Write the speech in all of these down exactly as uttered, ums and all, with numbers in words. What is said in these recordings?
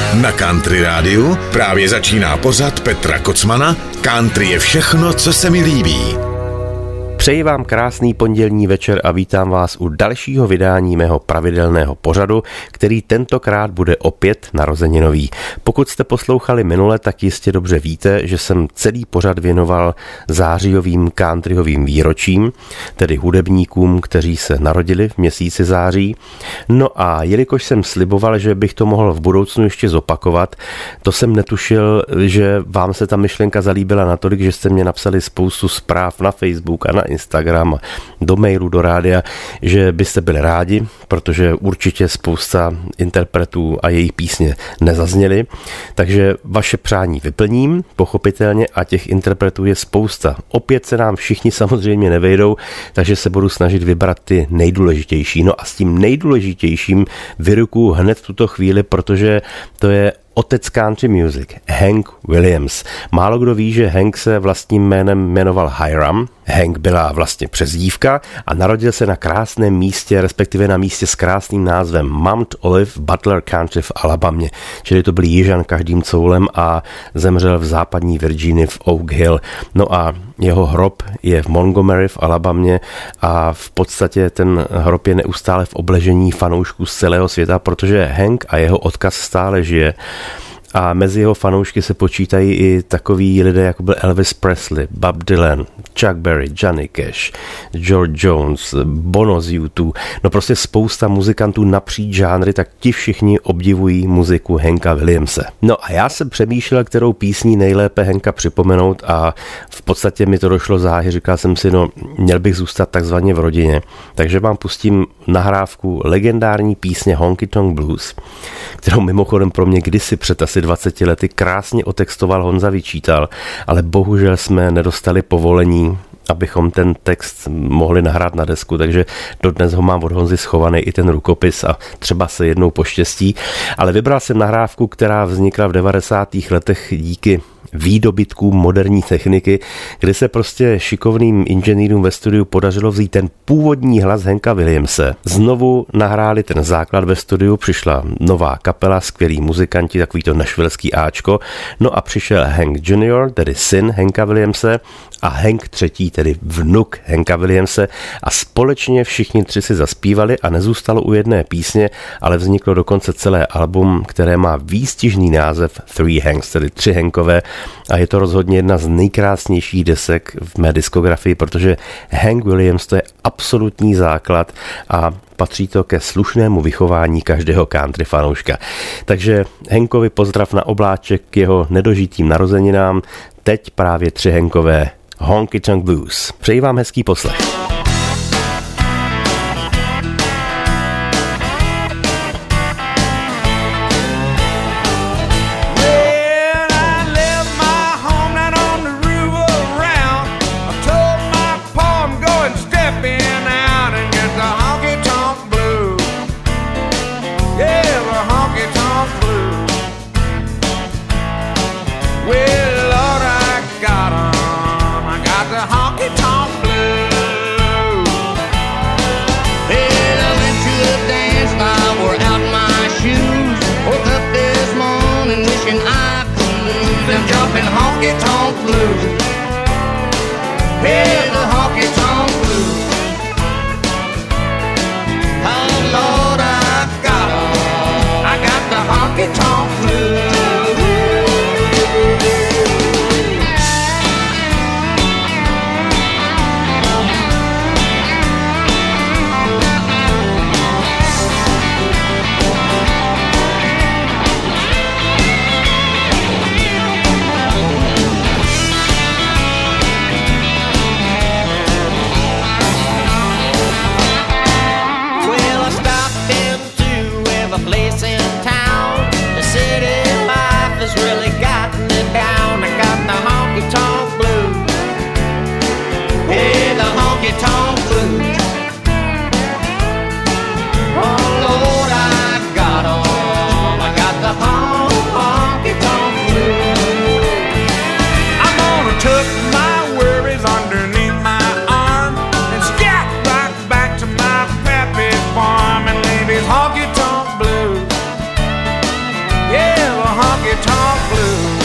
Na Country Rádiu právě začíná pořad Petra Kocmana Country je všechno, co se mi líbí. Přeji vám krásný pondělní večer a vítám vás u dalšího vydání mého pravidelného pořadu, který tentokrát bude opět narozeninový. Pokud jste poslouchali minule, tak jistě dobře víte, že jsem celý pořad věnoval zářijovým countryovým výročím, tedy hudebníkům, kteří se narodili v měsíci září. No a jelikož jsem sliboval, že bych to mohl v budoucnu ještě zopakovat, to jsem netušil, že vám se ta myšlenka zalíbila natolik, že jste mě napsali spoustu zpráv na Facebook a na Instagram, do mailu, do rádia, že byste byli rádi, protože určitě spousta interpretů a jejich písně nezazněly, takže vaše přání vyplním, pochopitelně, a těch interpretů je spousta. Opět se nám všichni samozřejmě nevejdou, takže se budu snažit vybrat ty nejdůležitější. No a s tím nejdůležitějším vyrukuju hned v tuto chvíli, protože to je otec country music, Hank Williams. Málo kdo ví, že Hank se vlastním jménem jmenoval Hiram. Hank byla vlastně přezdívka a narodil se na krásném místě, respektive na místě s krásným názvem Mount Olive Butler County v Alabamě. Čili to byl jižan každým coulem a zemřel v západní Virginii v Oak Hill. No a jeho hrob je v Montgomery v Alabamě a v podstatě ten hrob je neustále v obležení fanoušků z celého světa, protože Hank a jeho odkaz stále žije. A mezi jeho fanoušky se počítají i takový lidé, jako byl Elvis Presley, Bob Dylan, Chuck Berry, Johnny Cash, George Jones, Bono z U dva. No prostě spousta muzikantů napříč žánry, tak ti všichni obdivují muziku Hanka Williamse. No a já jsem přemýšlel, kterou písní nejlépe Hanka připomenout a v podstatě mi to došlo záhy. Říkal jsem si, no měl bych zůstat takzvaně v rodině. Takže vám pustím nahrávku legendární písně Honky Tonk Blues, kterou mimochodem pro mě kdysi před asi dvaceti lety krásně otextoval Honza Vyčítal, ale bohužel jsme nedostali povolení, abychom ten text mohli nahrát na desku, takže dodnes ho mám od Honzy schovaný i ten rukopis a třeba se jednou poštěstí. Ale vybral jsem nahrávku, která vznikla v devadesátých letech díky výdobytkům moderní techniky, kdy se prostě šikovným inženýrům ve studiu podařilo vzít ten původní hlas Hanka Williamse. Znovu nahráli ten základ ve studiu, přišla nová kapela, skvělí muzikanti, takový to nashvilleský áčko, no a přišel Hank junior, tedy syn Hanka Williamse, a Hank třetí, tedy vnuk Hanka Williamse, a společně všichni tři si zaspívali a nezůstalo u jedné písně, ale vzniklo dokonce celé album, které má výstižný název Three Hanks, tedy tři Hankové, a je to rozhodně jedna z nejkrásnějších desek v mé diskografii, protože Hank Williams to je absolutní základ a patří to ke slušnému vychování každého country fanouška. Takže Hankovi pozdrav na obláček k jeho nedožitým narozeninám, teď právě tři Hankové Honky Tonk Blues. Přeji vám hezký poslech. Yeah, honky-tonk blues.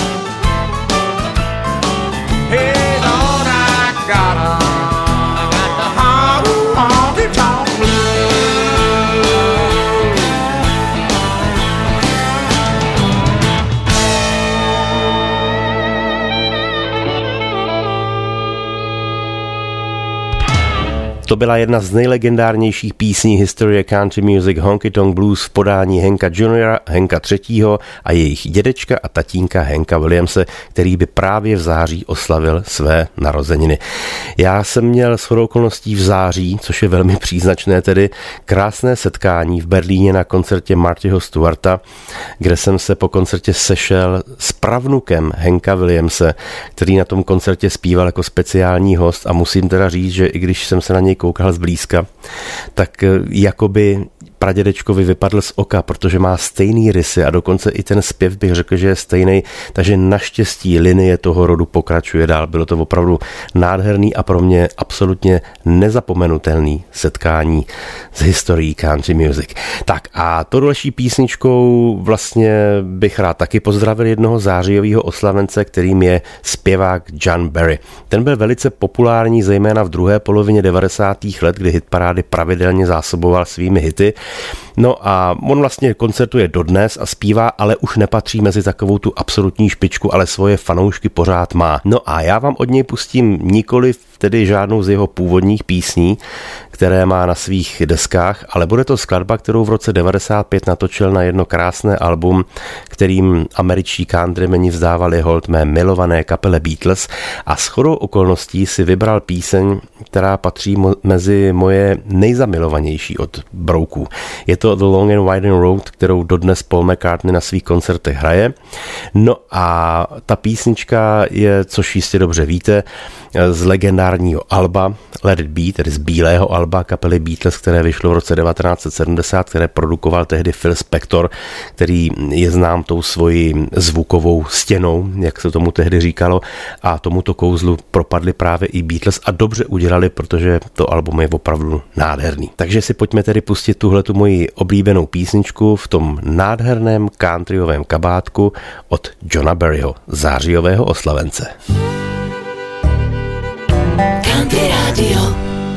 Hey, Lord, I got a honky-tonk blues. To byla jedna z nejlegendárnějších písní historie country music Honky Tonk Blues v podání Hanka juniora, Hanka třetího a jejich dědečka a tatínka Hanka Williamse, který by právě v září oslavil své narozeniny. Já jsem měl shodou okolností v září, což je velmi příznačné, tedy krásné setkání v Berlíně na koncertě Martyho Stewarta, kde jsem se po koncertě sešel s pravnukem Hanka Williamse, který na tom koncertě zpíval jako speciální host a musím teda říct, že i když jsem se na něj koukal zblízka, tak jakoby pradědečkovi vypadl z oka, protože má stejný rysy a dokonce i ten zpěv bych řekl, že je stejný, takže naštěstí linie toho rodu pokračuje dál. Bylo to opravdu nádherný a pro mě absolutně nezapomenutelný setkání z historií country music. Tak a to další písničkou vlastně bych rád taky pozdravil jednoho zářijového oslavence, kterým je zpěvák John Barry. Ten byl velice populární zejména v druhé polovině devadesátých let, kdy hitparády pravidelně zásoboval svými hity. No a on vlastně koncertuje dodnes a zpívá, ale už nepatří mezi takovou tu absolutní špičku, ale svoje fanoušky pořád má. No a já vám od něj pustím nikoli tedy žádnou z jeho původních písní, které má na svých deskách, ale bude to skladba, kterou v roce devadesát pět natočil na jedno krásné album, kterým američtí countrymeni vzdávali hold mé milované kapele Beatles a shodou okolností si vybral píseň, která patří mo- mezi moje nejzamilovanější od brouků. Je to The Long and Winding Road, kterou dodnes Paul McCartney na svých koncertech hraje. No a ta písnička je, což jistě dobře víte, z legendárního alba Let It Be, tedy z bílého alba kapely Beatles, které vyšlo v roce devatenáct set sedmdesát, které produkoval tehdy Phil Spector, který je znám tou svojí zvukovou stěnou, jak se tomu tehdy říkalo, a tomuto kouzlu propadli právě i Beatles a dobře udělali, protože to album je opravdu nádherný. Takže si pojďme tedy pustit tuhletu moji oblíbenou písničku v tom nádherném countryovém kabátku od Johna Barryho, zářijového oslavence. Country Radio.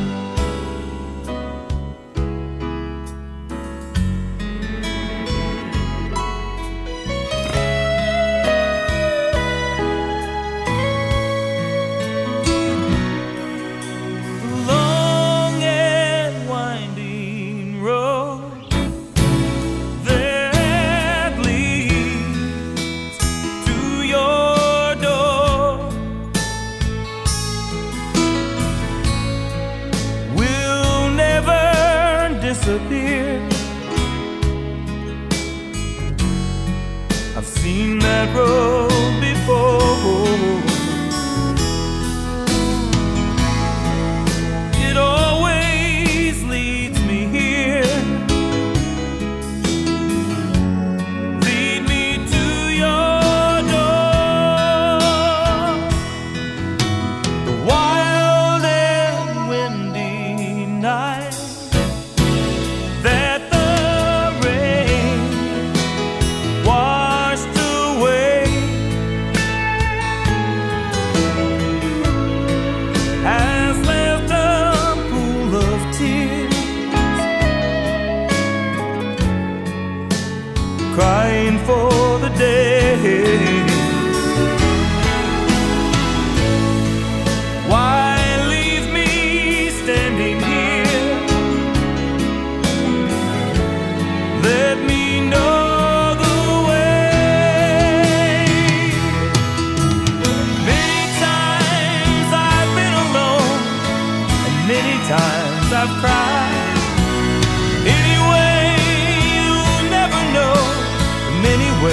Disappear. I've seen that road before. It always leads me here. Lead me to your door. The wild and windy night. Crying for the day. Why leave me standing here? Let me know the way. Many times I've been alone, and many times I've cried. Anyway, you'll never know the many ways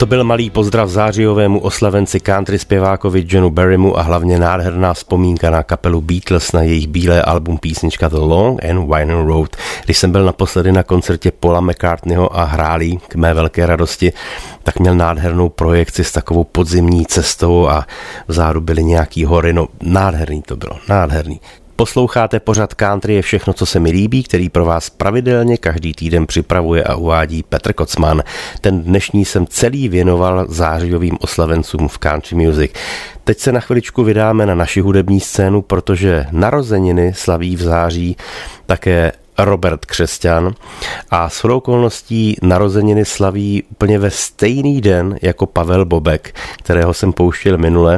To byl malý pozdrav zářijovému oslavenci country zpěvákovi Johnu Barrymu a hlavně nádherná vzpomínka na kapelu Beatles, na jejich bílé album písnička The Long and Winding Road. Když jsem byl naposledy na koncertě Paula McCartneyho a hráli k mé velké radosti, tak měl nádhernou projekci s takovou podzimní cestou a vzadu byly nějaký hory. No nádherný to bylo, nádherný. Posloucháte pořad Country je všechno, co se mi líbí, který pro vás pravidelně každý týden připravuje a uvádí Petr Kocman. Ten dnešní jsem celý věnoval zářijovým oslavencům v country music. Teď se na chviličku vydáme na naši hudební scénu, protože narozeniny slaví v září také Robert Křesťan a shodou okolností narozeniny slaví úplně ve stejný den jako Pavel Bobek, kterého jsem pouštěl minule.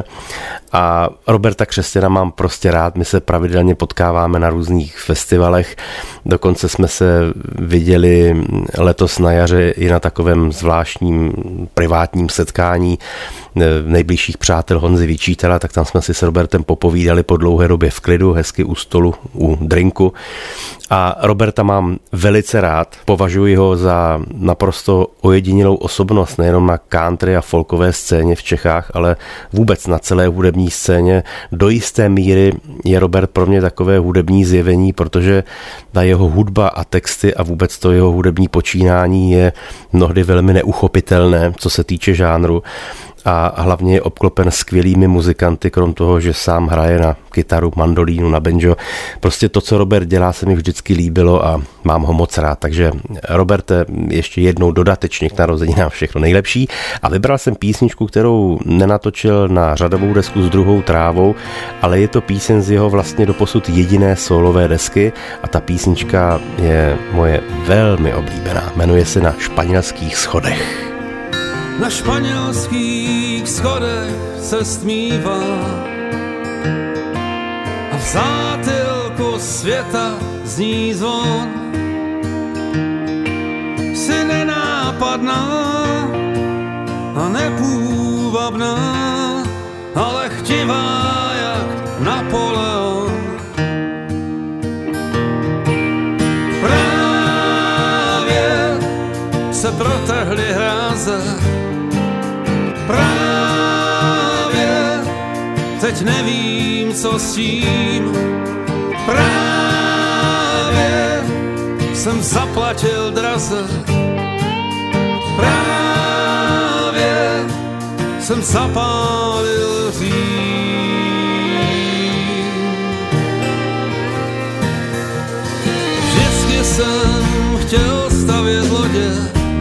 A Roberta Křesťana mám prostě rád, my se pravidelně potkáváme na různých festivalech, dokonce jsme se viděli letos na jaře i na takovém zvláštním privátním setkání nejbližších přátel Honzy Vyčítala, tak tam jsme si s Robertem popovídali po dlouhé době v klidu, hezky u stolu, u drinku. A Roberta mám velice rád, považuji ho za naprosto ojedinělou osobnost, nejenom na country a folkové scéně v Čechách, ale vůbec na celé hudební scéně. Do jisté míry je Robert pro mě takové hudební zjevení, protože ta jeho hudba a texty a vůbec to jeho hudební počínání je mnohdy velmi neuchopitelné, co se týče žánru. A hlavně je obklopen skvělými muzikanty, krom toho, že sám hraje na kytaru, mandolínu, na banjo. Prostě to, co Robert dělá, se mi vždycky líbilo a mám ho moc rád. Takže Roberte, ještě jednou dodatečně k narozeninám všechno nejlepší. A vybral jsem písničku, kterou nenatočil na řadovou desku s Druhou trávou, ale je to píseň z jeho vlastně doposud jediné solové desky a ta písnička je moje velmi oblíbená. Jmenuje se Na španělských schodech. Na španělských schodech se stmívá a v zátilku světa zní zvon. Jsi nenápadná a nepůvabná, ale chtivá jak Napoleon. Právě se protehly hráze, právě teď nevím, co s tím. Právě jsem zaplatil draze, právě jsem zapálil Řím. Vždycky jsem chtěl stavět lodě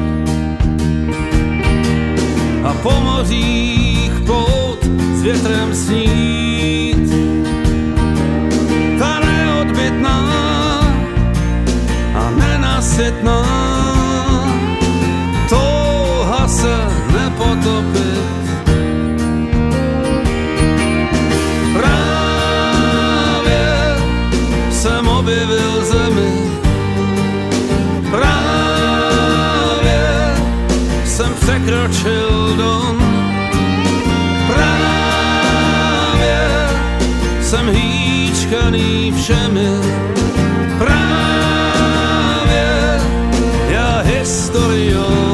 a po mořích plout s větrem snít. Ta neodbytná a nenasytná touha se nepotopit. Právě jsem objevil zemi, právě jsem překročil Don, právě jsem hýčkaný všemi, právě já historion.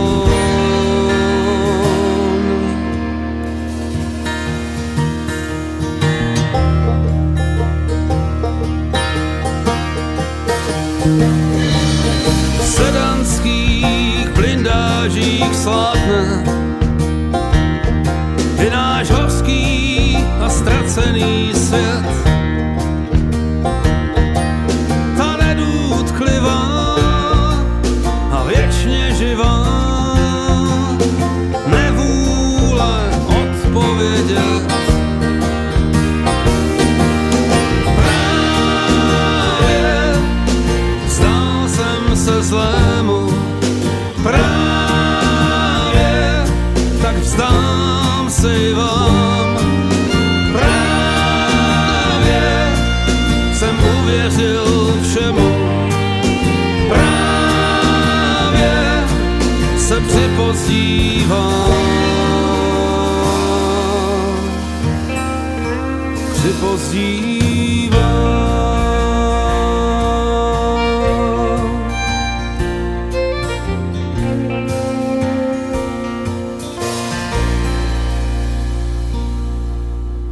V sedanských blindážích slátne i náš horský a ztracený svět. Ta nedůtklivá a věčně živá nevůle odpovědět. Právě vzdal jsem se zlému, právě tak vzdám se i vám. Právě jsem uvěřil všemu, právě se připozdívám. Připozdívám.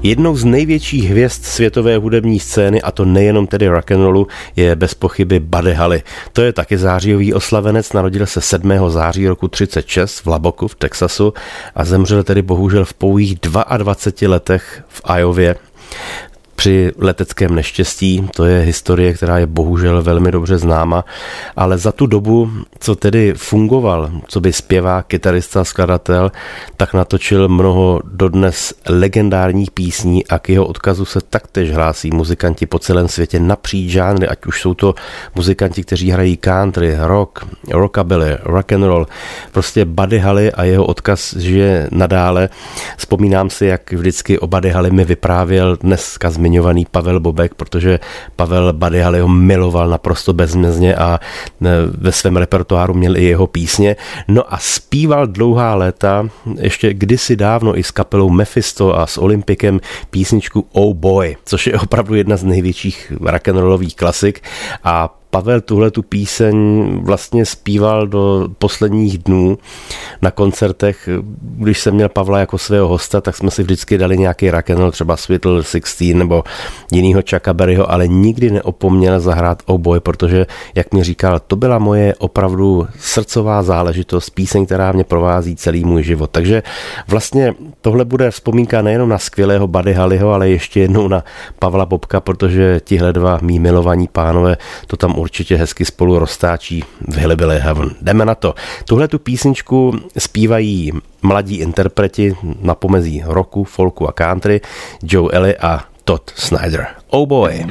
Jednou z největších hvězd světové hudební scény, a to nejenom tedy rock'n'rollu, je bez pochyby Buddy Holly. To je taky zářijový oslavenec, narodil se sedmého září roku třicet šest v Laboku v Texasu a zemřel tedy bohužel v pouhých dvaceti dvou letech v Iowě při leteckém neštěstí. To je historie, která je bohužel velmi dobře známa, ale za tu dobu, co tedy fungoval, co by zpěvák, kytarista, skladatel, tak natočil mnoho dodnes legendárních písní a k jeho odkazu se taktéž hlásí muzikanti po celém světě napříč žánry, ať už jsou to muzikanti, kteří hrají country, rock, rockabilly, rock and roll. Prostě Buddy Holly a jeho odkaz žije nadále. Vzpomínám si, jak vždycky o Buddy Holly mi vyprávěl dneska zmiňovaný Pavel Bobek, protože Pavel Buddy Hollyho miloval naprosto bezmezně a ve svém repertoáru měl i jeho písně. No a zpíval dlouhá léta, ještě kdysi dávno i s kapelou Mephisto a s Olympikem písničku Oh Boy, což je opravdu jedna z největších rock'n'rollových klasik a Pavel tuhle tu píseň vlastně zpíval do posledních dnů na koncertech. Když jsem měl Pavla jako svého hosta, tak jsme si vždycky dali nějaký rock'n'roll, třeba Sweet Little Sixteen nebo jinýho Chucka Berryho, ale nikdy neopomněl zahrát Oh Boy, protože, jak mi říkal, to byla moje opravdu srdcová záležitost, píseň, která mě provází celý můj život. Takže vlastně tohle bude vzpomínka nejenom na skvělého Buddy Hollyho, ale ještě jednou na Pavla Bobka, protože tihle dva mý milovaní pánové to tam určitě hezky spolu roztáčí v Hillbilly Heaven. Jdeme na to. Tuhle tu písničku zpívají mladí interpreti na pomezí rocku, folku a country, Joe Ely a Todd Snider. Oh boy.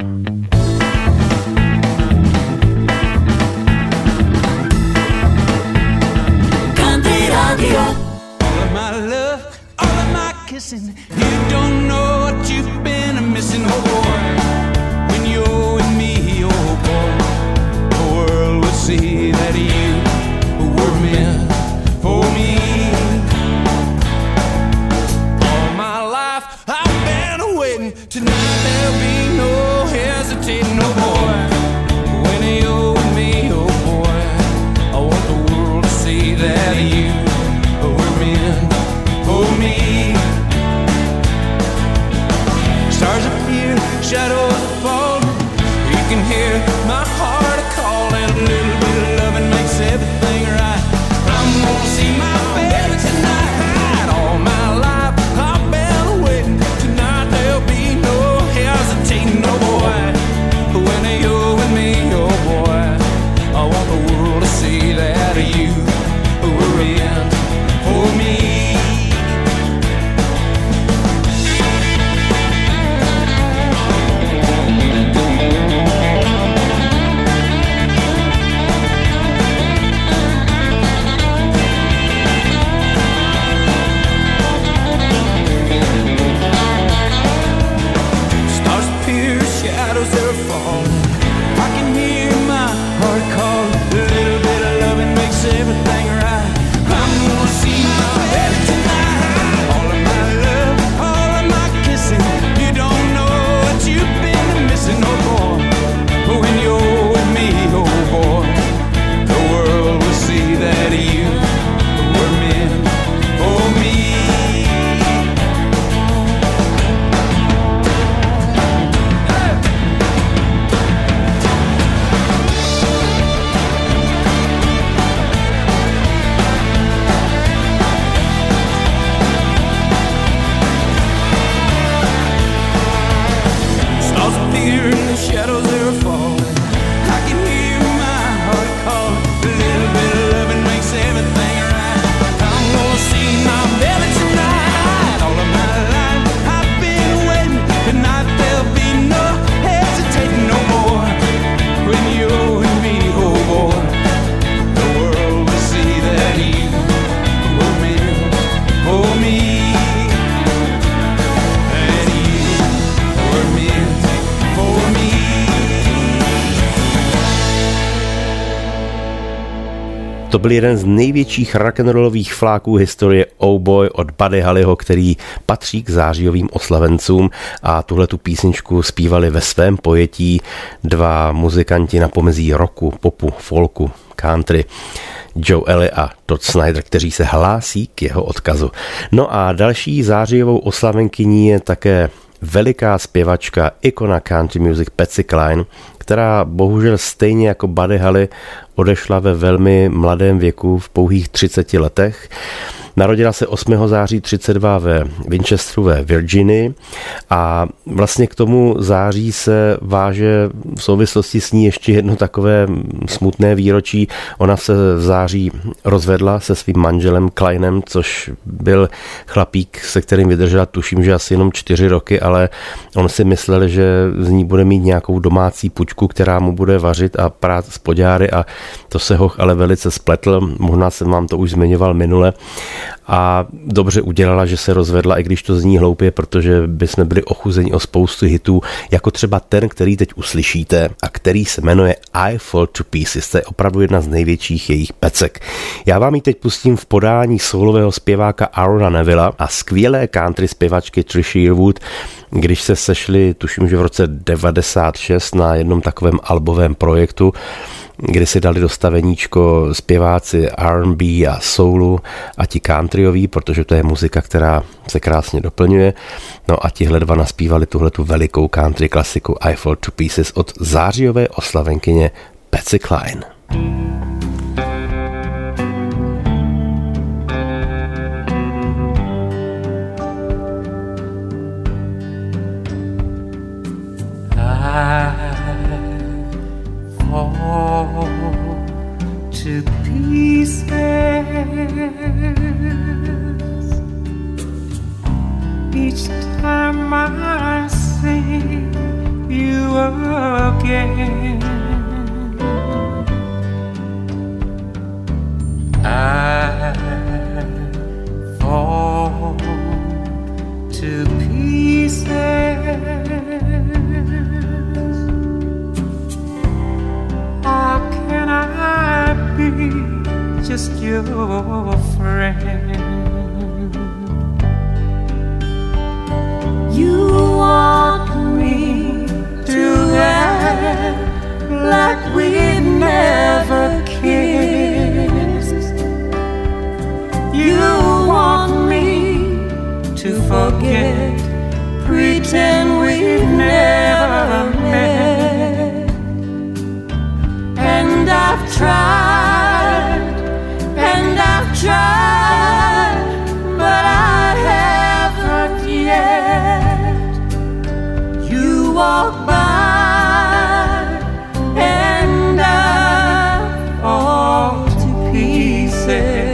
Country Radio. All of my love, all of my kissing. You don't know what you've been missing, oh boy. When you're with me, oh boy, the world will see that you were meant for me. All my life I've been waiting. Tonight there'll be no hesitating, oh boy. When you're with me, oh boy, I want the world to see that you were meant for me. Stars appear, shadows fall. You can hear my heart calling. A little bit of loving makes everything right. I'm gonna see my baby tonight. All my life I've been waiting. Tonight there'll be no hesitating, no boy. When you're with me, oh boy, I want the world to see that you were in for me. To byl jeden z největších rock'n'rollových fláků historie Oh Boy od Buddy Hollyho, který patří k zářijovým oslavencům a tuhle tu písničku zpívali ve svém pojetí dva muzikanti na pomezí rocku, popu, folku, country. Joe Ely a Todd Snider, kteří se hlásí k jeho odkazu. No a další zářijovou oslavenkyní je také veliká zpěvačka, ikona country music Patsy Cline, která bohužel stejně jako Buddy Holly odešla ve velmi mladém věku v pouhých třiceti letech. Narodila se osmého září třicet dva ve Winchesteru ve Virginii a vlastně k tomu září se váže v souvislosti s ní ještě jedno takové smutné výročí. Ona se v září rozvedla se svým manželem Kleinem, což byl chlapík, se kterým vydržela tuším, že asi jenom čtyři roky, ale on si myslel, že z ní bude mít nějakou domácí puťku, která mu bude vařit a prát spodňáry a to se ho ale velice spletl. Možná jsem vám to už zmiňoval minule. A dobře udělala, že se rozvedla, i když to zní hloupě, protože bychom byli ochuzeni o spoustu hitů, jako třeba ten, který teď uslyšíte a který se jmenuje I Fall to Pieces. To je opravdu jedna z největších jejich pecek. Já vám ji teď pustím v podání solového zpěváka Aarona Nevilla a skvělé country zpěvačky Trisha Yearwood, když se sešli, tuším, že v roce devadesát šest na jednom takovém albovém projektu, kdy si dali do staveníčko zpěváci R and B a soulu a ti countryový, protože to je muzika, která se krásně doplňuje. No a tihle dva naspívali tuhletu velikou country klasiku I Fall to Pieces od zářijové oslavenkyně Patsy Cline. To pieces each time I see you again. I fall to pieces. How can I be just your friend? You want me to act like we'd never kissed. You want me to forget, pretend we've never met. And I've tried, and I've tried, but I haven't yet. You walk by, and I fall to pieces.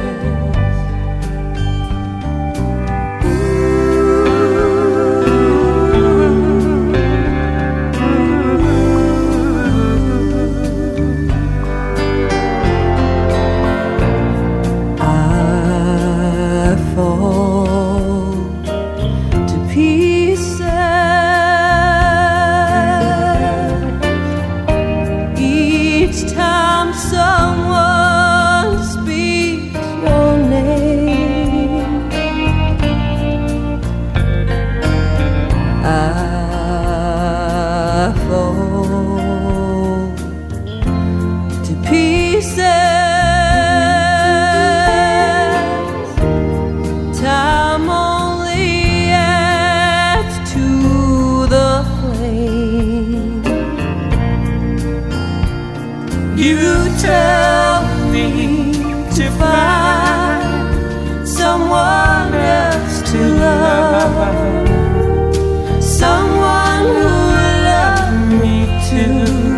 Someone who loved me too,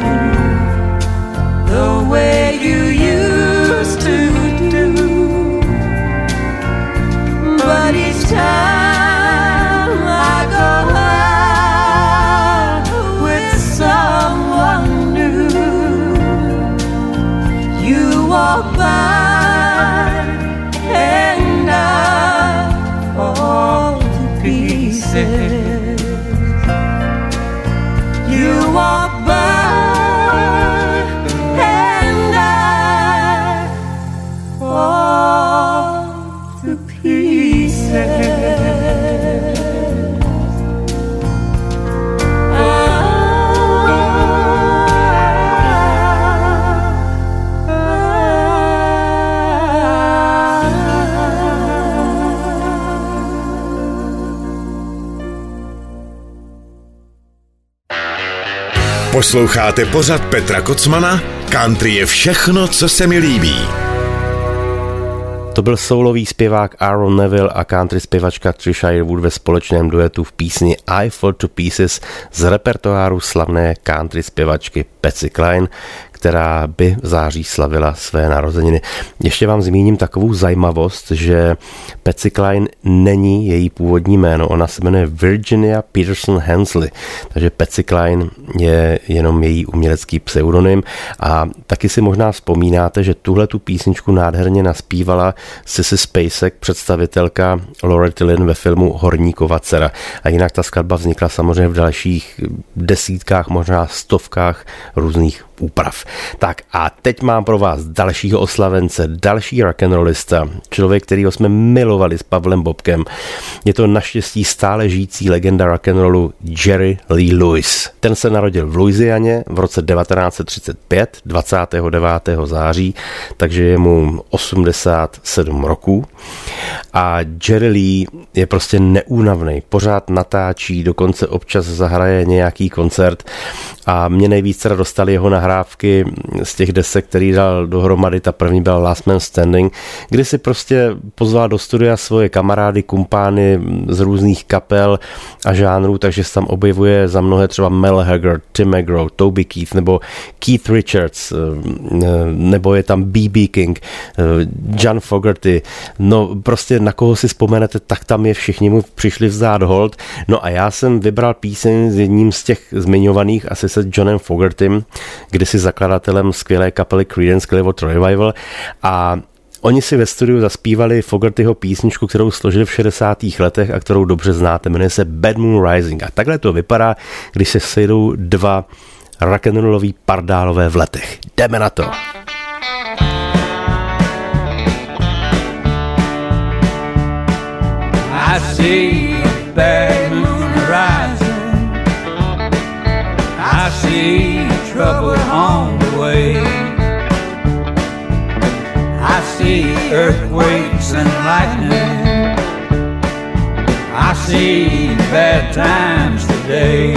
the way you used to do. But each time I go out with someone new, you walk by and I fall to pieces. Posloucháte pořad Petra Kocmana? Country je všechno, co se mi líbí. To byl soulový zpěvák Aaron Neville a country zpěvačka Trisha Yearwood ve společném duetu v písni I Fall to Pieces z repertoáru slavné country zpěvačky Patsy Cline, která by v září slavila své narozeniny. Ještě vám zmíním takovou zajímavost, že Patsy Cline není její původní jméno, ona se jmenuje Virginia Peterson Hensley, takže Patsy Cline je jenom její umělecký pseudonym a taky si možná vzpomínáte, že tuhle tu písničku nádherně naspívala Sissy Spacek, představitelka Loretta Lynn ve filmu Horníkova dcera. A jinak ta skladba vznikla samozřejmě v dalších desítkách, možná stovkách různých úprav. Tak a teď mám pro vás dalšího oslavence, další rock'n'rollista, člověk, kterýho jsme milovali s Pavlem Bobkem. Je to naštěstí stále žijící legenda rock'n'rollu Jerry Lee Lewis. Ten se narodil v Louisianě v roce devatenáct set třicet pět, dvacátého devátého září, takže je mu osmdesát sedm roků. A Jerry Lee je prostě neúnavný, pořád natáčí, dokonce občas zahraje nějaký koncert a mě nejvíc teda dostali jeho nahrávky z těch desek, který dal dohromady. Ta první byla Last Man Standing, kdy si prostě pozval do studia svoje kamarády, kumpány z různých kapel a žánrů, takže se tam objevuje za mnohé třeba Mel Haggard, Tim McGraw, Toby Keith nebo Keith Richards, nebo je tam B B King, John Fogerty, no prostě na koho si vzpomenete, tak tam je, všichni mu přišli vzdát hold. No a já jsem vybral píseň s jedním z těch zmiňovaných, asi se Johnem Fogertym, kdysi zakladatelem skvělé kapely Creedence Clearwater Revival, a oni si ve studiu zaspívali Fogertyho písničku, kterou složili v šedesátých letech a kterou dobře znáte, jmenuje se Bad Moon Rising. A takhle to vypadá, když se sejdou dva rock'n'rolloví pardálové v letech. Jdeme na to! I see a bad moon rising. I see trouble on the way. I see earthquakes and lightning. I see bad times today.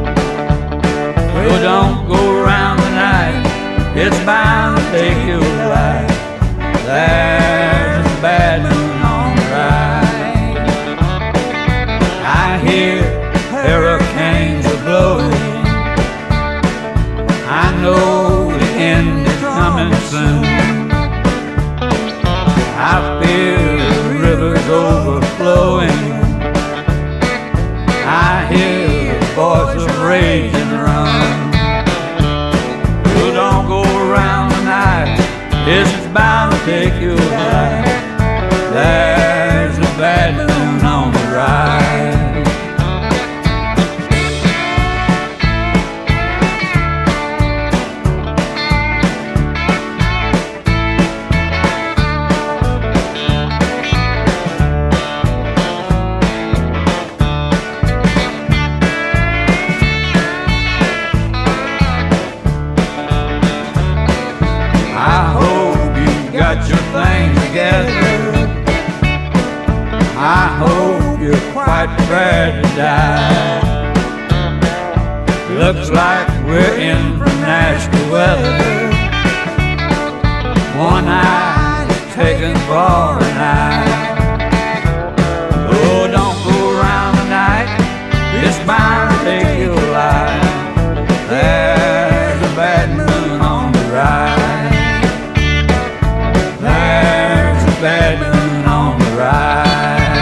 So don't go around the night, it's bound to take your life. There's a bad moon on the rise. I hear hurricanes are blowing. I know the end is coming soon. I feel the rivers overflowing. I hear the voice of rage and run. So don't go around the night, it's bound to take your life. There's a bad moon on the rise. I hope you're quite prepared to die. Looks like we're in for nasty weather. One eye is taken for an eye. Oh, don't go around the night, it's bound to take your life. There's a bad moon on the rise. There's a bad moon on the rise.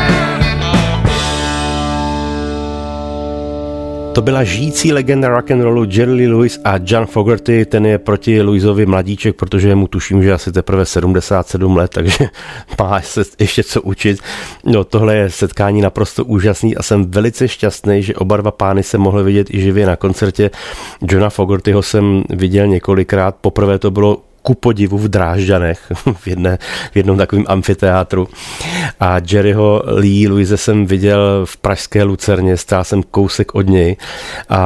To byla žijící legenda rock'n'rollu Jerry Lee Lewis a John Fogerty, ten je proti Lewisovi mladíček, protože mu tuším, že asi teprve sedmdesát sedm let, takže má se ještě co učit. No, tohle je setkání naprosto úžasný a jsem velice šťastný, že oba dva pány se mohli vidět i živě na koncertě. Johna Fogertyho jsem viděl několikrát, poprvé to bylo ku podivu v Drážďanech, v, jedné, v jednom takovém amfiteátru. A Jerryho Lee Lewise jsem viděl v pražské Lucerně, stál jsem kousek od něj a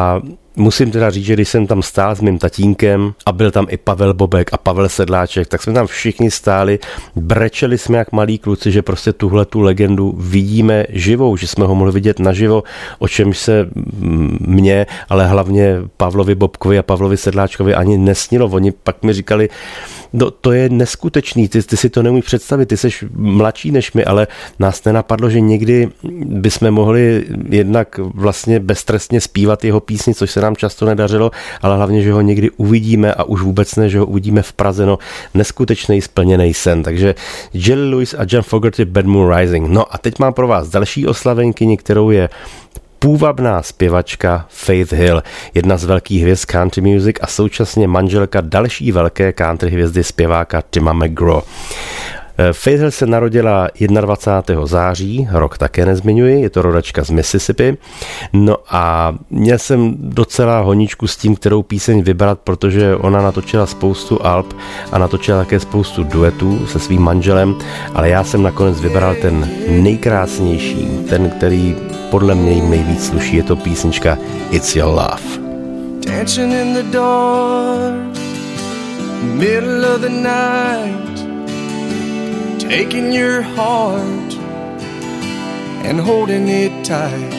musím teda říct, že když jsem tam stál s mým tatínkem a byl tam i Pavel Bobek a Pavel Sedláček, tak jsme tam všichni stáli, brečeli jsme jak malí kluci, že prostě tuhle tu legendu vidíme živou, že jsme ho mohli vidět naživo, o čemž se mně, ale hlavně Pavlovi Bobkovi a Pavlovi Sedláčkovi ani nesnilo. Oni pak mi říkali, no, to je neskutečný, ty, ty si to neumíš představit, ty jsi mladší než my, ale nás nenapadlo, že někdy bychom mohli jednak vlastně beztrestně zpívat jeho písni, což se nám často nedařilo, ale hlavně, že ho někdy uvidíme a už vůbec ne, že ho uvidíme v Praze, no neskutečný splněný sen. Takže Jerry Lewis a John Fogerty, Bad Moon Rising. No a teď mám pro vás další oslavenkyni, kterou je půvabná zpěvačka Faith Hill, jedna z velkých hvězd country music a současně manželka další velké country hvězdy zpěváka Tima McGraw. Faith Hill se narodila dvacátého prvního září, rok také nezmiňuji, je to rodačka z Mississippi. No a měl jsem docela honíčku s tím, kterou píseň vybrat, protože ona natočila spoustu alb a natočila také spoustu duetů se svým manželem, ale já jsem nakonec vybral ten nejkrásnější, ten, který podle mě jim nejvíc sluší, je to písnička It's Your Love. Dancing in the dark, middle of the night, taking your heart and holding it tight.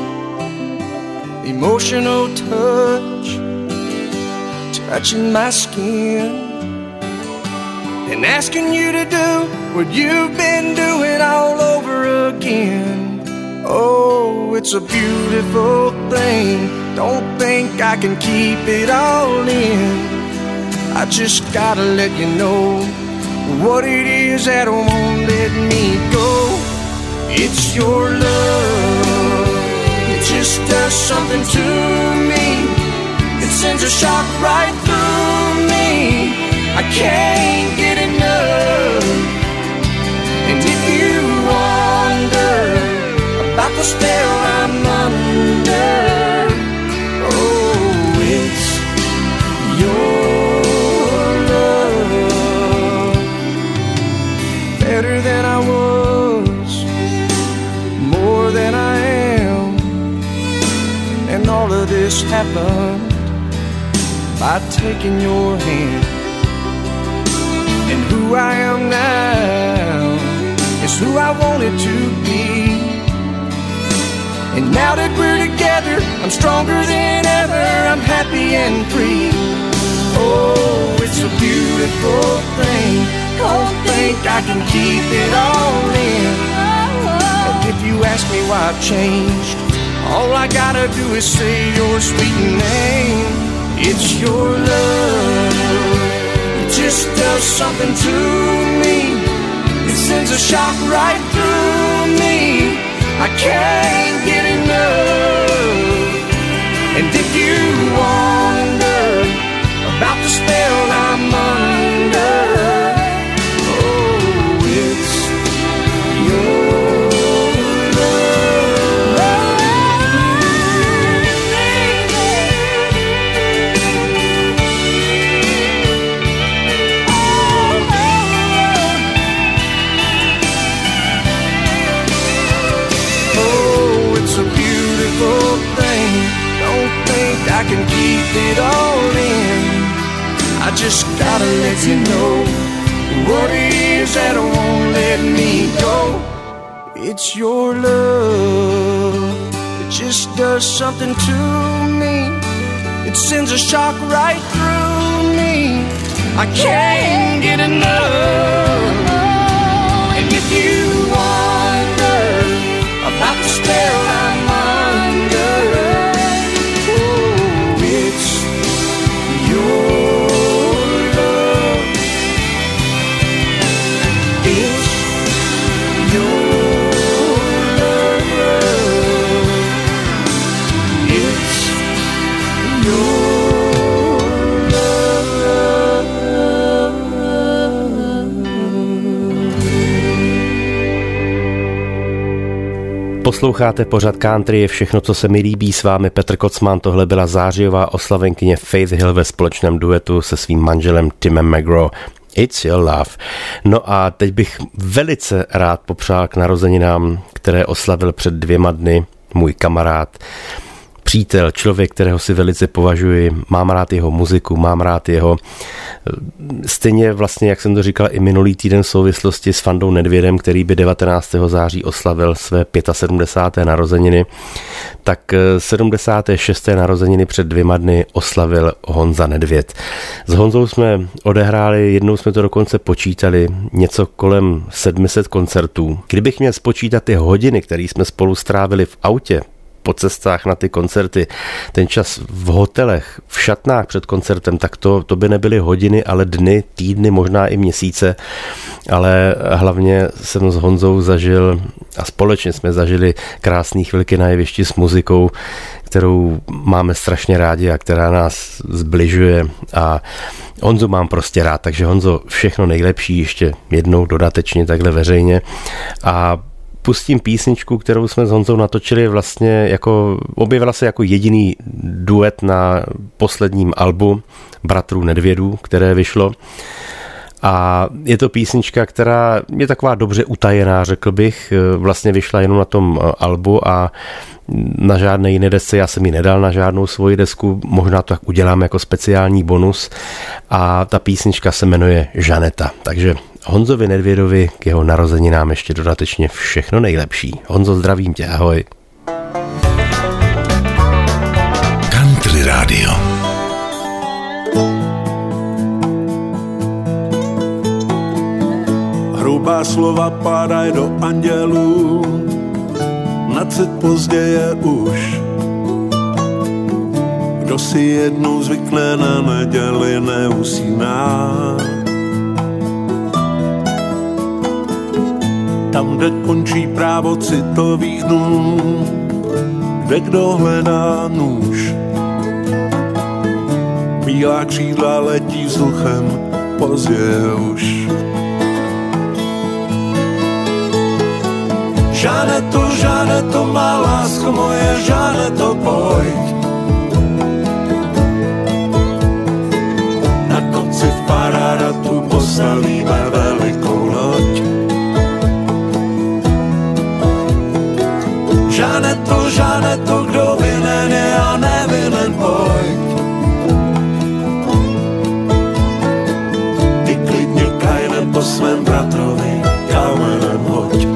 Emotional touch, touching my skin, and asking you to do what you've been doing all over again. Oh, it's a beautiful thing. Don't think I can keep it all in. I just gotta let you know what it is that won't let me go. It's your love. It just does something to me. It sends a shock right through me. I can't get enough. And if you wonder about the spell I'm under, oh, it's your love. Better than I was, more than I am, and all of this happened by taking your hand. And who I am now is who I wanted to be. And now that we're together, I'm stronger than ever. I'm happy and free. Oh, it's a beautiful thing. Don't think I can keep it all in. And if you ask me why I've changed, all I gotta do is say your sweet name. It's your love. It just does something to me. It sends a shock right through me. I can't get enough. And if you wonder about the spell I'm under, oh, it's your love. Oh, it's a beautiful thing. Don't think I can keep it all in. I just gotta let you know what it is that won't let me go. It's your love. It just does something to me. It sends a shock right through me. I can't get enough. And if you wonder about the spell I'm under, oh, it's your love. It's your love. It's your Posloucháte pořad Country je všechno, co se mi líbí, s vámi Petr Kocman, tohle byla zářijová oslavenkyně Faith Hill ve společném duetu se svým manželem Timem McGraw. It's Your Love. No a teď bych velice rád popřál k narozeninám, které oslavil před dvěma dny můj kamarád, přítel, člověk, kterého si velice považuji, mám rád jeho muziku, mám rád jeho, stejně vlastně, jak jsem to říkal i minulý týden v souvislosti s Fandou Nedvědem, který by devatenáctého září oslavil své sedmdesáté páté narozeniny, tak sedmdesáté šesté narozeniny před dvěma dny oslavil Honza Nedvěd. S Honzou jsme odehráli, jednou jsme to dokonce počítali, něco kolem sedm set koncertů. Kdybych měl spočítat ty hodiny, které jsme spolu strávili v autě, po cestách na ty koncerty, ten čas v hotelech, v šatnách před koncertem, tak to, to by nebyly hodiny, ale dny, týdny, možná i měsíce, ale hlavně jsem s Honzou zažil a společně jsme zažili krásné chvilky na jevišti s muzikou, kterou máme strašně rádi a která nás zbližuje a Honzu mám prostě rád, takže Honzo, všechno nejlepší ještě jednou dodatečně takhle veřejně a pustím písničku, kterou jsme s Honzou natočili vlastně jako, objevila se jako jediný duet na posledním albu Bratrů Nedvědů, které vyšlo. A je to písnička, která je taková dobře utajená, řekl bych, vlastně vyšla jenom na tom albu a na žádné jiné desce, já jsem ji nedal na žádnou svoji desku, možná to tak udělám jako speciální bonus a ta písnička se jmenuje Žaneta, takže Honzovi Nedvědovi k jeho narozeninám ještě dodatečně všechno nejlepší. Honzo, zdravím tě, ahoj. Country Radio. Hrubá slova padají do andělů, nacet pozdě je už. Kdo si jednou zvykne na neděli, neusíná. Tam, kde končí právo citových dnů, kde kdo hledá nůž. Bílá křídla letí vzduchem, pozdě už. Žaneto, Žaneto, má lásko moje, Žaneto, pojď. Na konci v Pararatu postavíme velikou loď. Žaneto, Žaneto, kdo vinen je a nevinen, pojď. Ty klidně kajnem po svém bratrovi kamenem hoď.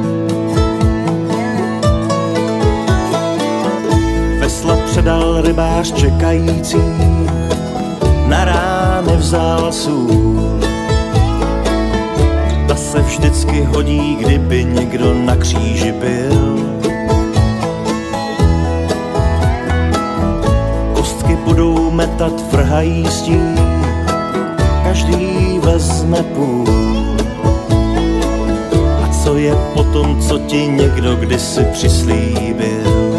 Vesla předal rybář čekající, na rány vzal sůl. Ta se vždycky hodí, kdyby někdo na kříži byl. Budou metat, vrhají stín, každý vezme půl. A co je potom, co ti někdo kdysi přislíbil?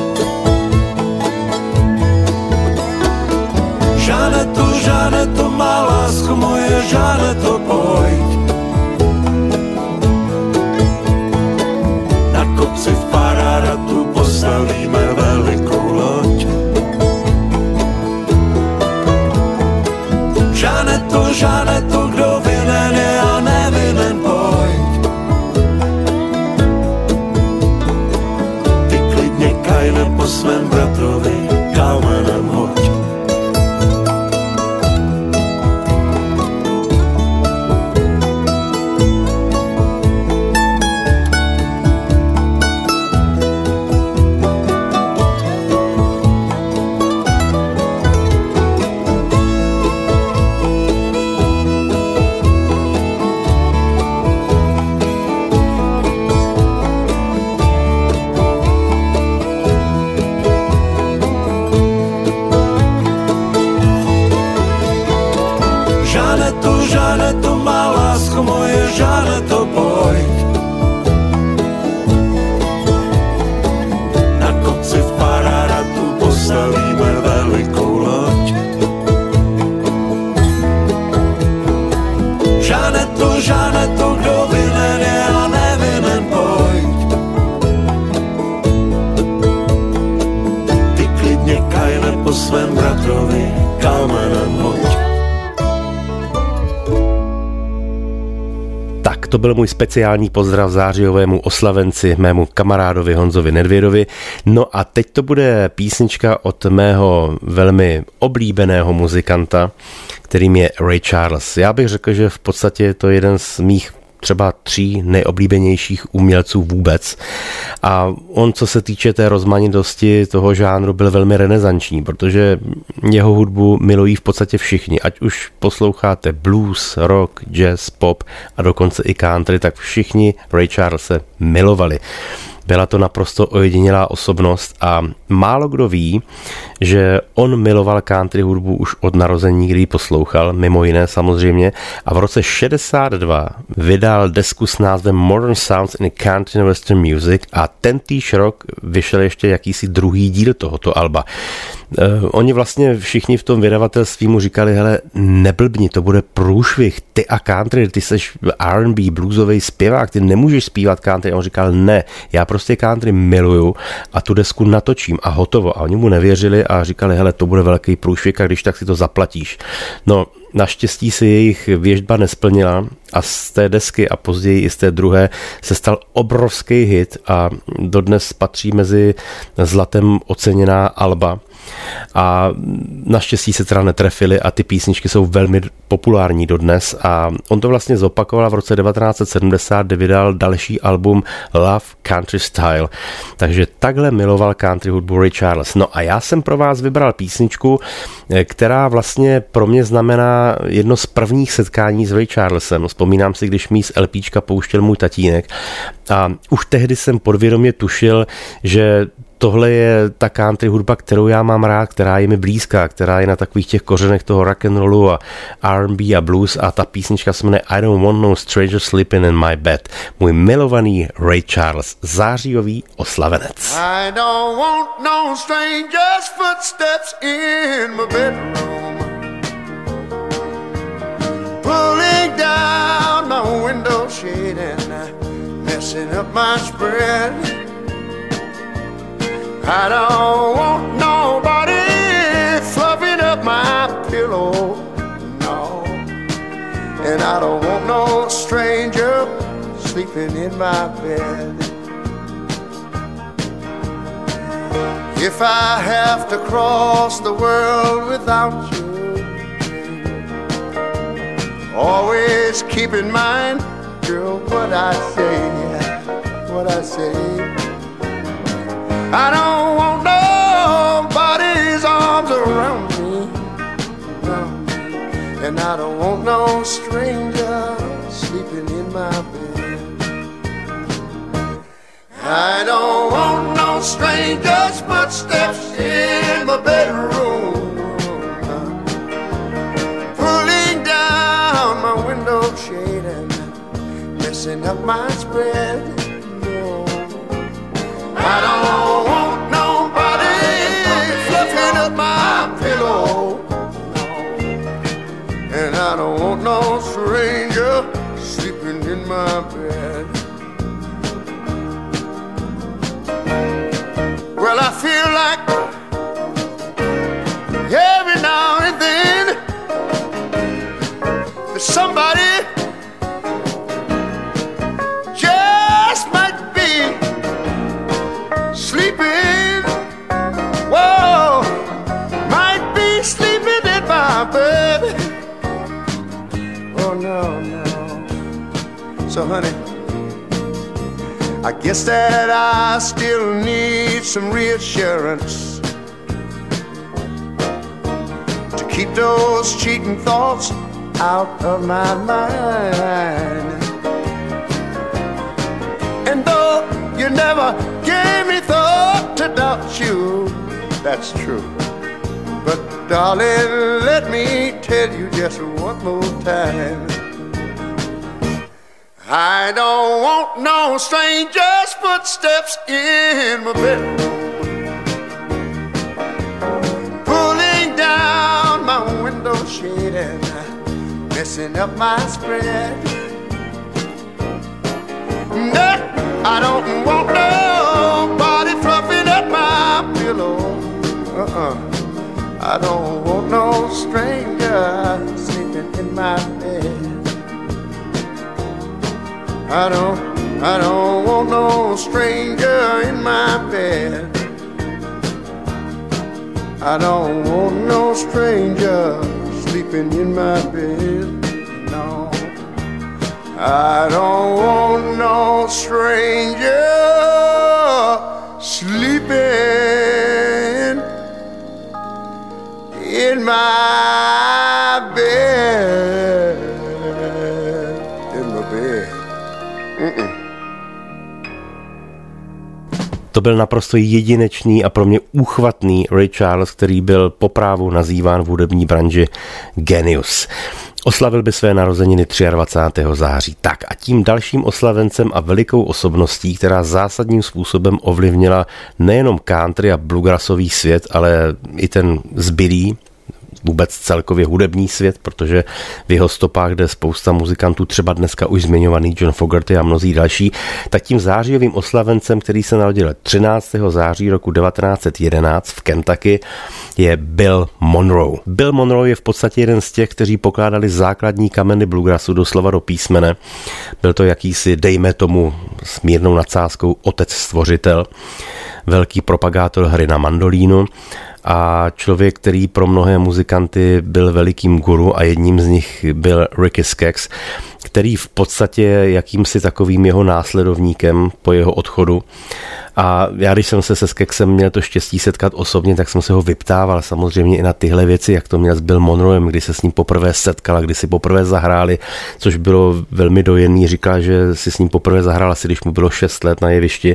Žaneto, Žaneto, má lásko moje, Žaneto, pojď. Na kopci v Pararatu postavíme velikou loď. Žaneto, Žaneto, kdo vinen je a nevinen, pojď. Ty klidně kajne po svém bratrovi kamenem hoď. Žaneto, má lásko moje, Žaneto, pojď. Na kopci v Pararatu postavíme velikou loď. Žaneto, Žaneto, kdo vinen je a nevinen, pojď. Ty klidně kajne po svém bratrovi kamenem hoď. to byl můj speciální pozdrav zářijovému oslavenci, mému kamarádovi Honzovi Nedvědovi. No a teď to bude písnička od mého velmi oblíbeného muzikanta, kterým je Ray Charles. Já bych řekl, že v podstatě je to jeden z mých třeba tří nejoblíbenějších umělců vůbec. A on, co se týče té rozmanitosti toho žánru, byl velmi renesanční, protože jeho hudbu milují v podstatě všichni. Ať už posloucháte blues, rock, jazz, pop a dokonce i country, tak všichni Ray Charlese milovali. Byla to naprosto ojedinělá osobnost a málo kdo ví, že on miloval country hudbu už od narození, kdy ji poslouchal, mimo jiné samozřejmě, a v roce šedesát dva vydal desku s názvem Modern Sounds in Country and Western Music a tentýž rok vyšel ještě jakýsi druhý díl tohoto alba. Eh, oni vlastně všichni v tom vydavatelství mu říkali, hele, neblbni, to bude průšvih, ty a country, ty seš R and B, bluesový zpěvák, ty nemůžeš zpívat country. A on říkal, ne, já prostě country miluju a tu desku natočím a hotovo. A oni mu nevěřili a říkali, hele, to bude velký průšvih a když tak si to zaplatíš. No, naštěstí si jejich věštba nesplnila a z té desky a později i z té druhé se stal obrovský hit a dodnes patří mezi zlatem oceněná alba. A naštěstí se teda netrefili a ty písničky jsou velmi populární dodnes a on to vlastně zopakoval v roce devatenáct set sedmdesát, kdy vydal další album Love Country Style. Takže takhle miloval country hudbu Ray Charles. No a já jsem pro vás vybral písničku, která vlastně pro mě znamená jedno z prvních setkání s Ray Charlesem. Vzpomínám si, když mi z LPčka pouštěl můj tatínek a už tehdy jsem podvědomě tušil, že tohle je ta country hudba, kterou já mám rád, která je mi blízká, která je na takových těch kořenech toho rock and rollu a R and B a blues a ta písnička se jmenuje I Don't Want No Stranger Sleeping in My Bed. Můj milovaný Ray Charles, zářijový oslavenec. I don't want no strangers' footsteps in my bedroom, pulling down my window shade and messing up my spread. I don't want nobody fluffing up my pillow, no. And I don't want no stranger sleeping in my bed. If I have to cross the world without you, always keep in mind, girl, what I say, what I say. I don't want nobody's arms around me, no. And I don't want no stranger sleeping in my bed. I don't want no stranger's footsteps in my bedroom, pulling down my window shade and messing up my spread. I don't want nobody fluffing up my pillow, and I don't want no stranger sleeping in my bed. Well, I feel like every now and then there's somebody just might be sleeping, whoa, might be sleeping in my bed. Oh no, no. So honey, I guess that I still need some reassurance to keep those cheating thoughts out of my mind. And though you never gave me thought to doubt you, that's true. But darling, let me tell you just one more time, I don't want no stranger's footsteps in my bedroom, pulling down my window shade and messing up my spread. No, I don't want nobody fluffing up my pillow. Uh-uh. I don't want no stranger sleeping in my bed. I don't, I don't want no stranger in my bed. I don't want no stranger sleeping in my bed. No, I don't want no stranger sleeping in my bed. In my bed. Mm-mm. To byl naprosto jedinečný a pro mě úchvatný Ray Charles, který byl po právu nazýván v hudební branži genius. Oslavil by své narozeniny dvacátého třetího září. Tak a tím dalším oslavencem a velikou osobností, která zásadním způsobem ovlivnila nejenom country a bluegrassový svět, ale i ten zbylý, vůbec celkově hudební svět, protože v jeho stopách jde spousta muzikantů, třeba dneska už zmiňovaný John Fogerty a mnozí další, tak tím zářijovým oslavencem, který se narodil třináctého září roku devatenáct set jedenáct v Kentucky, je Bill Monroe. Bill Monroe je v podstatě jeden z těch, kteří pokládali základní kameny bluegrassu doslova do písmene. Byl to jakýsi, dejme tomu s mírnou nadsázkou, otec stvořitel, velký propagátor hry na mandolínu a člověk, který pro mnohé muzikanty byl velikým guru a jedním z nich byl Ricky Skaggs, který v podstatě je jakýmsi takovým jeho následovníkem po jeho odchodu. A já, když jsem se se Skaggsem měl to štěstí setkat osobně, tak jsem se ho vyptával samozřejmě i na tyhle věci, jak to měl s Bill Monroem, kdy se s ním poprvé setkal, kdy si poprvé zahráli, což bylo velmi dojemný. Říkal, že si s ním poprvé zahrál asi, když mu bylo šest let na jevišti.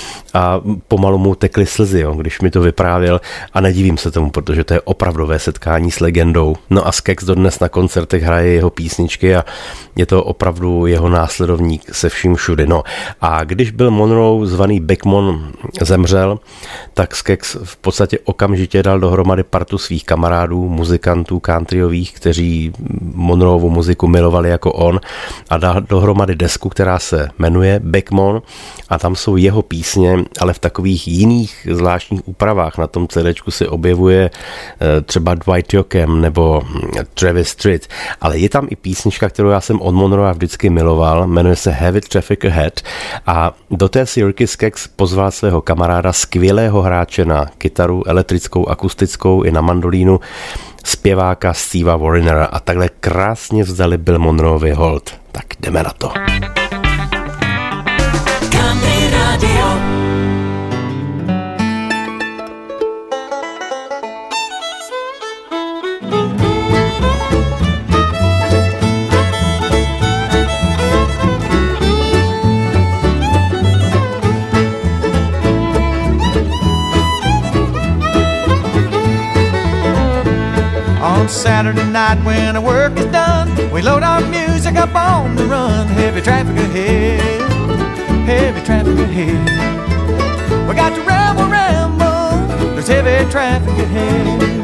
A pomalu mu tekly slzy, jo, když mi to vyprávěl a nedivím se tomu, protože to je opravdové setkání s legendou. No a Skaggs dodnes na koncertech hraje jeho písničky a je to opravdu jeho následovník se vším všudy. No a když byl Monroe zvaný Big Mon zemřel, tak Skaggs v podstatě okamžitě dal dohromady partu svých kamarádů, muzikantů countryových, kteří Monroeovu muziku milovali jako on a dal dohromady desku, která se jmenuje Big Mon a tam jsou jeho písně, ale v takových jiných zvláštních úpravách. Na tom CDčku se objevuje třeba Dwight Yoakam nebo Travis Tritt, ale je tam i písnička, kterou já jsem od Monroea vždycky miloval, jmenuje se Heavy Traffic Ahead a do té si Ricky Skaggs pozval svého kamaráda, skvělého hráče na kytaru, elektrickou, akustickou i na mandolínu, zpěváka Stevea Warrinera a takhle krásně vzdali Bill Monroeovi hold. Tak jdeme na to. On Saturday night when our work is done, we load our music up on the run. Heavy traffic ahead, heavy traffic ahead. We got to ramble, ramble, there's heavy traffic ahead.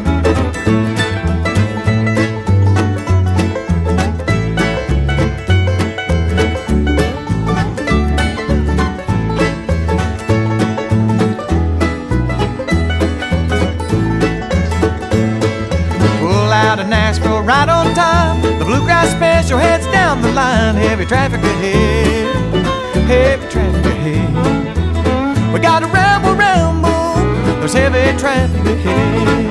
Out of Nashville right on time. The Bluegrass Special heads down the line. Heavy traffic ahead, heavy traffic ahead. We gotta ramble, ramble, there's heavy traffic ahead.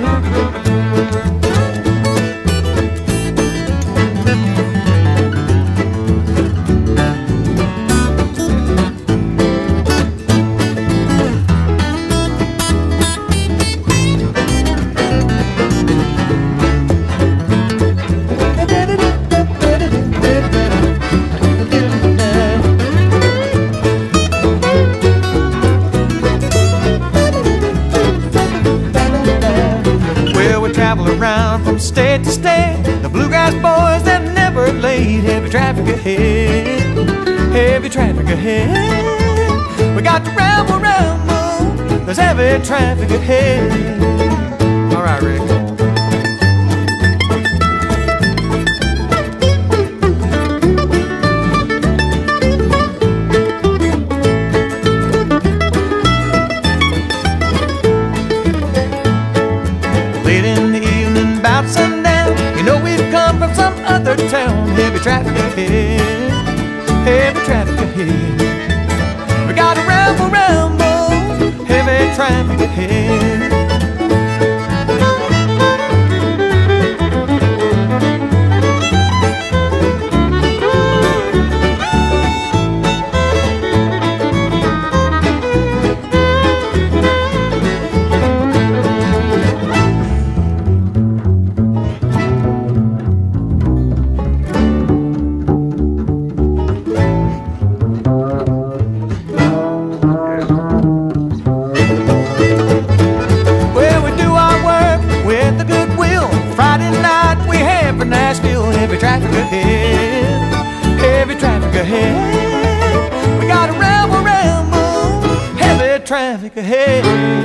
From state to state, the Bluegrass boys that never late. Heavy traffic ahead, heavy traffic ahead. We got to ramble, ramble, there's heavy traffic ahead. All right, Rick. Sundown, you know we've come from some other town. Heavy traffic ahead, heavy traffic ahead. We got a ramble, ramble, heavy traffic ahead. Heavy traffic ahead, heavy traffic ahead. We got a ramble, ramble, heavy traffic ahead.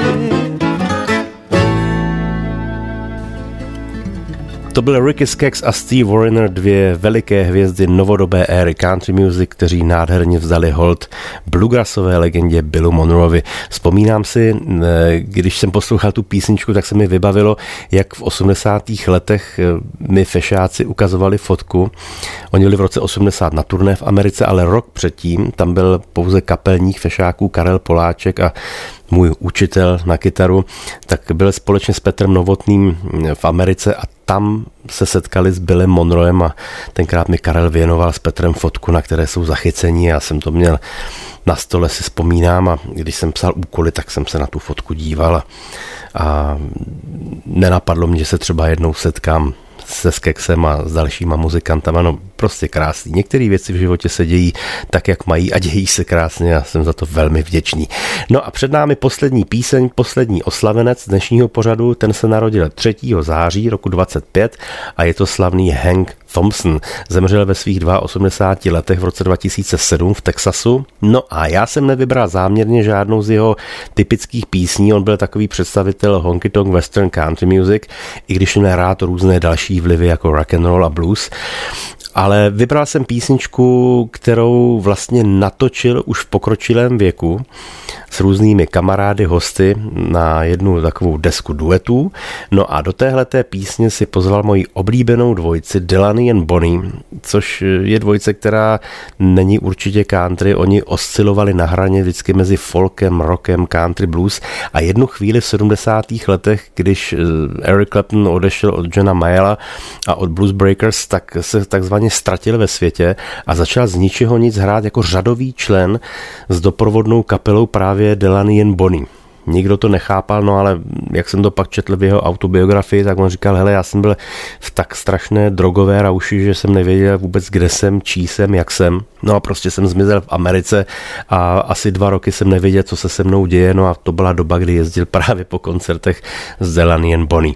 To byl Ricky Skaggs a Steve Wariner, dvě veliké hvězdy novodobé éry country music, kteří nádherně vzdali hold bluegrassové legendě Billu Monroeovi. Vzpomínám si, když jsem poslouchal tu písničku, tak se mi vybavilo, jak v osmdesátých letech mi fešáci ukazovali fotku. Oni byli v roce osmdesát na turné v Americe, ale rok předtím tam byl pouze kapelník fešáků Karel Poláček a můj učitel na kytaru, tak byl společně s Petrem Novotným v Americe a tam se setkali s Billem Monroem a tenkrát mi Karel věnoval s Petrem fotku, na které jsou zachycení. Já jsem to měl na stole, si vzpomínám, a když jsem psal úkoly, tak jsem se na tu fotku díval a, a nenapadlo mě, že se třeba jednou setkám se Skaggsem a s dalšíma muzikantama, no prostě krásný. Některé věci v životě se dějí tak, jak mají a dějí se krásně a jsem za to velmi vděčný. No a před námi poslední píseň, poslední oslavenec dnešního pořadu, ten se narodil třetího září roku dvacet pět a je to slavný Hank Thompson. Zemřel ve svých osmdesáti dvou letech v roce dva tisíce sedm v Texasu. No a já jsem nevybral záměrně žádnou z jeho typických písní, on byl takový představitel honky tonk western country music, i když měl rád různé další vlivy jako rock and roll a blues. Ale vybral jsem písničku, kterou vlastně natočil už v pokročilém věku s různými kamarády, hosty na jednu takovou desku duetů. No a do téhleté písně si pozval moji oblíbenou dvojici Delaney and Bonnie, což je dvojice, která není určitě country. Oni oscilovali na hraně vždycky mezi folkem, rockem, country, blues a jednu chvíli v sedmdesátých letech, když Eric Clapton odešel od Johna Mayalla a od Blues Breakers, tak se takzvaně ztratil ve světě a začal z ničeho nic hrát jako řadový člen s doprovodnou kapelou právě Delaney and Bonnie. Nikdo to nechápal, no ale jak jsem to pak četl v jeho autobiografii, tak on říkal, hele, já jsem byl v tak strašné drogové rauši, že jsem nevěděl vůbec, kde jsem, čí jsem, jak jsem. No a prostě jsem zmizel v Americe a asi dva roky jsem nevěděl, co se se mnou děje, no a to byla doba, kdy jezdil právě po koncertech s Delaney and Bonnie.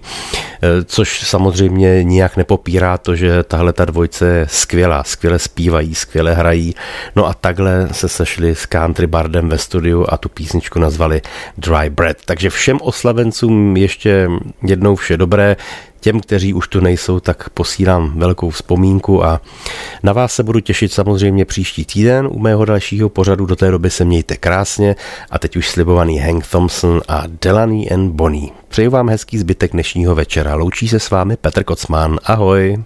Což samozřejmě nijak nepopírá to, že tahle ta dvojce je skvělá, skvěle zpívají, skvěle hrají. No a takhle se sešli s country bardem ve studiu a tu písničku nazvali Dry Bread. Takže všem oslavencům ještě jednou vše dobré. Těm, kteří už tu nejsou, tak posílám velkou vzpomínku a na vás se budu těšit samozřejmě příští týden u mého dalšího pořadu. Do té doby se mějte krásně a teď už slibovaný Hank Thompson a Delaney and Bonnie. Přeju vám hezký zbytek dnešního večera. Loučí se s vámi Petr Kocman. Ahoj.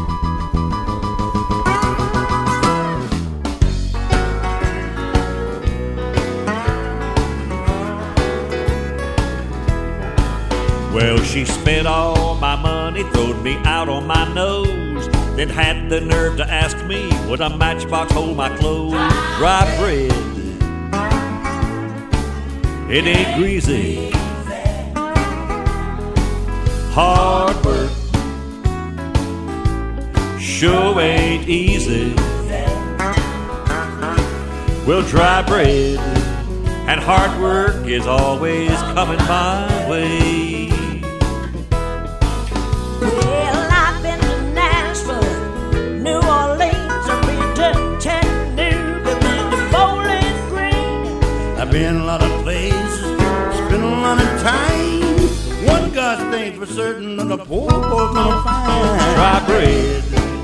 Well, she spent all my money, throwed me out on my nose, then had the nerve to ask me, would a matchbox hold my clothes? Dry bread, it ain't greasy. Hard work sure ain't easy. Well, dry bread and hard work is always coming my way. Well, I've been to Nashville, New Orleans, I've been to Chattanooga, been to Bowling Green. I've been a lot of places, spent a lot of time. One God's thing for certain, that the poor boy gonna find. Dry bread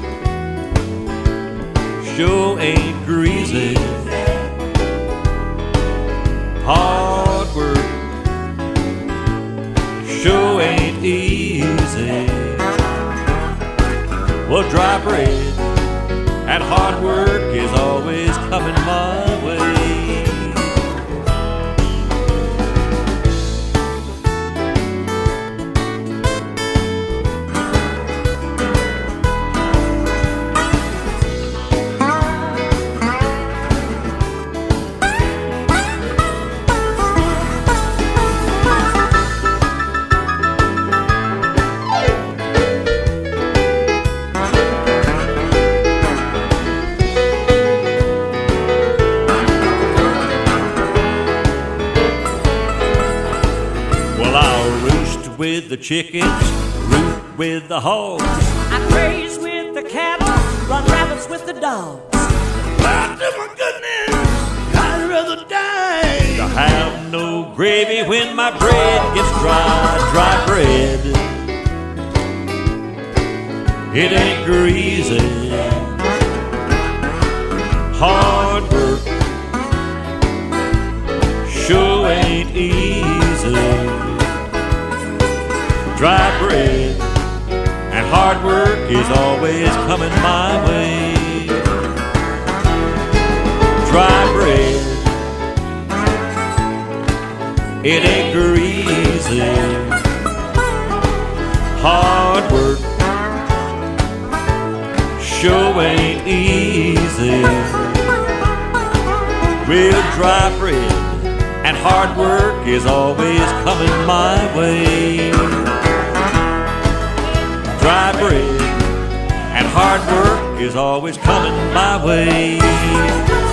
sure ain't greasy. Hard work sure ain't easy. Well, dry bread and hard work is always Root with the chickens, root with the hogs. I graze with the cattle, run rabbits with the dogs. Ah, oh my goodness, I'd rather die. To have no gravy when my bread gets dry, dry bread. It ain't greasy, hard work sure ain't easy. Dry bread and hard work is always coming my way. Dry bread, it ain't greasy. Hard work sure ain't easy. Real dry bread and hard work is always coming my way. Dry bread and hard work is always coming my way.